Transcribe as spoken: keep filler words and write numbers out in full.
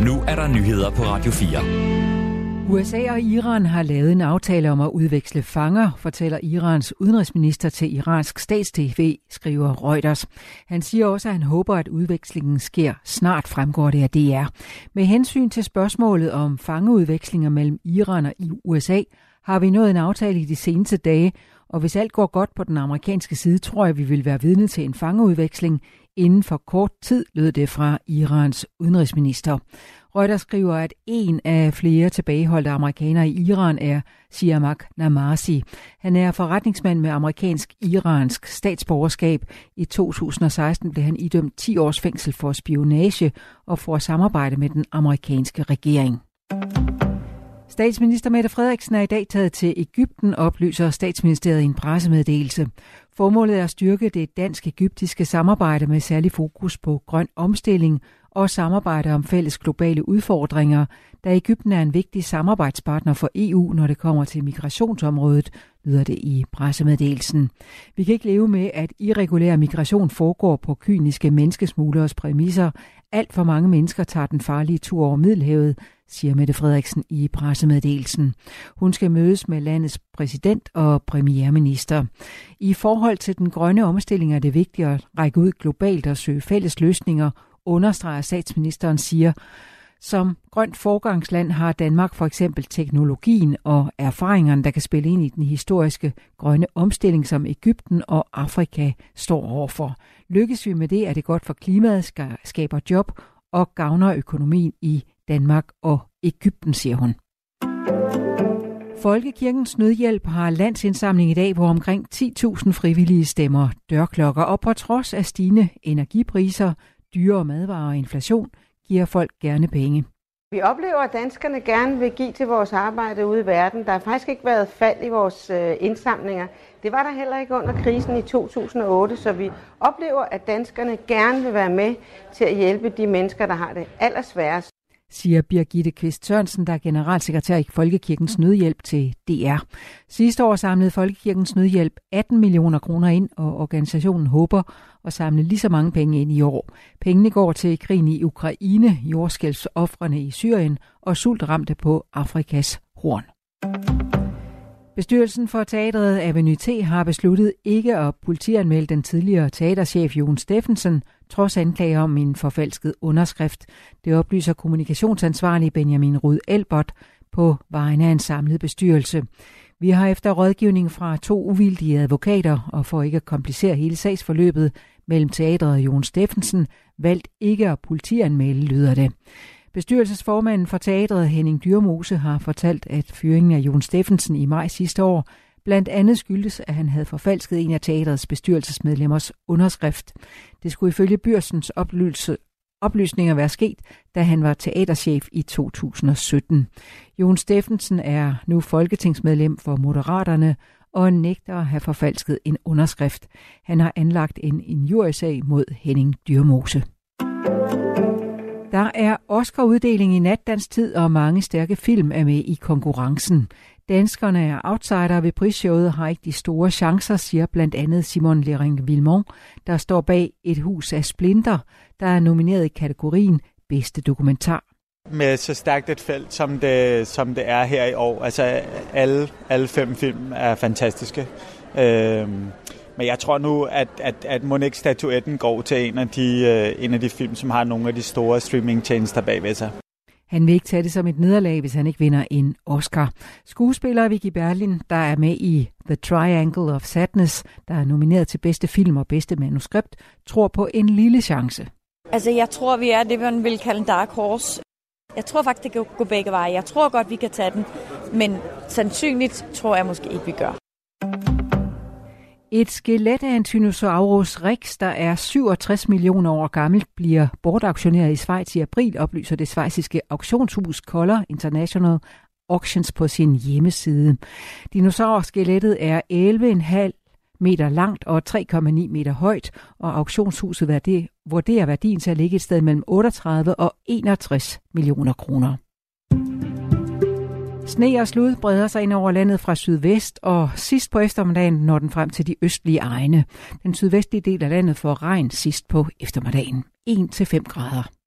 Nu er der nyheder på Radio fire. U S A og Iran har lavet en aftale om at udveksle fanger, fortæller Irans udenrigsminister til iransk stats-tv, skriver Reuters. Han siger også, at han håber, at udvekslingen sker snart, fremgår det af D R. Med hensyn til spørgsmålet om fangeudvekslinger mellem Iran og U S A, har vi nået en aftale i de seneste dage, og hvis alt går godt på den amerikanske side, tror jeg, vi vil være vidne til en fangeudveksling inden for kort tid, lød det fra Irans udenrigsminister. Reuters skriver, at en af flere tilbageholdte amerikanere i Iran er Siamak Namasi. Han er forretningsmand med amerikansk-iransk statsborgerskab. I to tusind og seksten blev han idømt ti års fængsel for spionage og for at samarbejde med den amerikanske regering. Statsminister Mette Frederiksen er i dag taget til Egypten, oplyser Statsministeriet i en pressemeddelelse. Formålet er at styrke det dansk-egyptiske samarbejde med særlig fokus på grøn omstilling og samarbejde om fælles globale udfordringer, da Egypten er en vigtig samarbejdspartner for E U, når det kommer til migrationsområdet, lyder det i pressemeddelelsen. Vi kan ikke leve med, at irregulær migration foregår på kyniske menneskesmugleres præmisser. Alt for mange mennesker tager den farlige tur over Middelhavet, siger Mette Frederiksen i pressemeddelelsen. Hun skal mødes med landets præsident og premierminister. I forhold til den grønne omstilling er det vigtigt at række ud globalt og søge fælles løsninger, understreger statsministeren, siger. Som grønt forgangsland har Danmark for eksempel teknologien og erfaringerne, der kan spille ind i den historiske grønne omstilling, som Egypten og Afrika står overfor. Lykkes vi med det, er det godt for klimaet, skaber job og gavner økonomien i Danmark og Egypten, siger hun. Folkekirkens Nødhjælp har landsindsamling i dag, hvor omkring ti tusind frivillige stemmer dørklokker, og på trods af stigende energipriser, dyre madvarer og inflation, giver folk gerne penge. Vi oplever, at danskerne gerne vil give til vores arbejde ude i verden. Der har faktisk ikke været fald i vores indsamlinger. Det var der heller ikke under krisen i to tusind og otte, så vi oplever, at danskerne gerne vil være med til at hjælpe de mennesker, der har det allersværest, siger Birgitte Kvist Sørensen, der er generalsekretær i Folkekirkens Nødhjælp til D R. Sidste år samlede Folkekirkens Nødhjælp atten millioner kroner ind, og organisationen håber at samle lige så mange penge ind i år. Pengene går til krigen i Ukraine, jordskælvsofrene i Syrien og sultramte på Afrikas Horn. Bestyrelsen for teatret Avenue T har besluttet ikke at politianmelde den tidligere teaterchef Jon Steffensen, trods anklager om en forfalsket underskrift. Det oplyser kommunikationsansvarlig Benjamin Rud Elbert på vegne af en samlet bestyrelse. Vi har efter rådgivning fra to uvildige advokater, og for ikke at komplicere hele sagsforløbet mellem teatret og Jon Steffensen, valgt ikke at politianmelde, lyder det. Bestyrelsesformanden for teatret Henning Dyrmose har fortalt, at fyringen af Jon Steffensen i maj sidste år blandt andet skyldtes, at han havde forfalsket en af teatrets bestyrelsesmedlemmers underskrift. Det skulle ifølge Børsens oplysninger være sket, da han var teaterchef i to tusind og sytten. Jon Steffensen er nu folketingsmedlem for Moderaterne og nægter at have forfalsket en underskrift. Han har anlagt en injuriesag mod Henning Dyrmose. Der er Oscar-uddeling i nat dansk tid, og mange stærke film er med i konkurrencen. Danskerne er outsidere ved prisshowet og har ikke de store chancer, siger blandt andet Simon Lering-Vilmont, der står bag Et hus af splinter, der er nomineret i kategorien bedste dokumentar. Med så stærkt et felt, som det, som det er her i år. Altså alle, alle fem film er fantastiske. Øhm, men jeg tror nu, at, at, at Monix-statuetten går til en af, de, en af de film, som har nogle af de store streamingtjenester bagved sig. Han vil ikke tage det som et nederlag, hvis han ikke vinder en Oscar. Skuespiller Vicky Berlin, der er med i The Triangle of Sadness, der er nomineret til bedste film og bedste manuskript, tror på en lille chance. Altså, jeg tror, vi er det, man vil kalde en dark horse. Jeg tror faktisk, det kan gå begge veje. Jeg tror godt, vi kan tage den, men sandsynligt tror jeg måske ikke, vi gør. Et skelet af en Tyrannosaurus rex, der er syvogtres millioner år gammelt, bliver bortauktioneret i Schweiz i april, oplyser det schweiziske auktionshus Coller International Auctions på sin hjemmeside. Dinosaurskelettet er elleve komma fem meter langt og tre komma ni meter højt, og auktionshuset vurderer værdien til at ligge et sted mellem otteogtredive og enogtres millioner kroner. Sne og slud breder sig ind over landet fra sydvest, og sidst på eftermiddagen når den frem til de østlige egne. Den sydvestlige del af landet får regn sidst på eftermiddagen. en til fem grader.